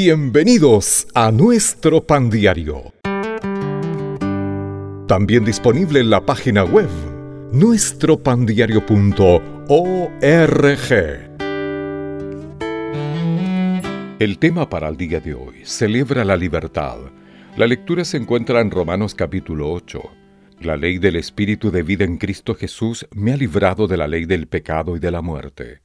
Bienvenidos a nuestro Pan Diario. También disponible en la página web nuestropandiario.org. El tema para el día de hoy: celebra la libertad. La lectura se encuentra en Romanos capítulo 8. La ley del Espíritu de vida en Cristo Jesús me ha librado de la ley del pecado y de la muerte.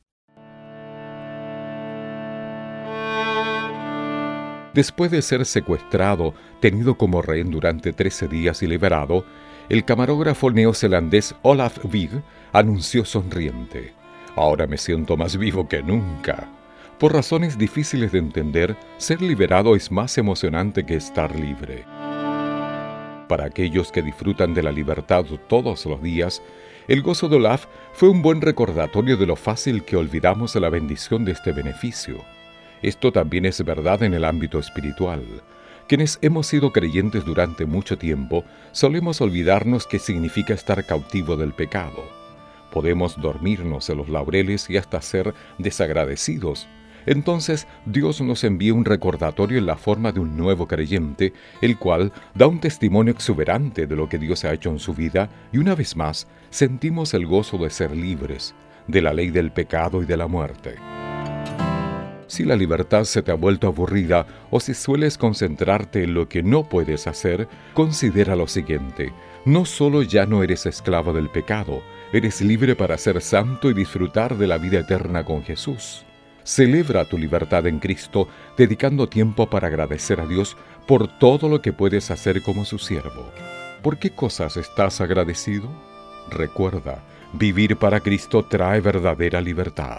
Después de ser secuestrado, tenido como rehén durante 13 días y liberado, el camarógrafo neozelandés Olaf Wig anunció sonriente: «Ahora me siento más vivo que nunca». Por razones difíciles de entender, ser liberado es más emocionante que estar libre. Para aquellos que disfrutan de la libertad todos los días, el gozo de Olaf fue un buen recordatorio de lo fácil que olvidamos la bendición de este beneficio. Esto también es verdad en el ámbito espiritual. Quienes hemos sido creyentes durante mucho tiempo, solemos olvidarnos qué significa estar cautivo del pecado. Podemos dormirnos en los laureles y hasta ser desagradecidos. Entonces, Dios nos envía un recordatorio en la forma de un nuevo creyente, el cual da un testimonio exuberante de lo que Dios ha hecho en su vida, y una vez más, sentimos el gozo de ser libres de la ley del pecado y de la muerte. Si la libertad se te ha vuelto aburrida o si sueles concentrarte en lo que no puedes hacer, considera lo siguiente: no solo ya no eres esclavo del pecado, eres libre para ser santo y disfrutar de la vida eterna con Jesús. Celebra tu libertad en Cristo, dedicando tiempo para agradecer a Dios por todo lo que puedes hacer como su siervo. ¿Por qué cosas estás agradecido? Recuerda, vivir para Cristo trae verdadera libertad.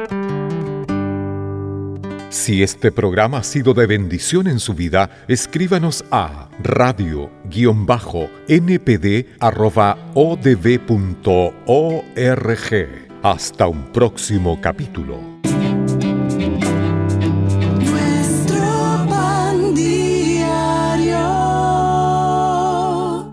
Si este programa ha sido de bendición en su vida, escríbanos a radio-npd@odb.org. Hasta un próximo capítulo.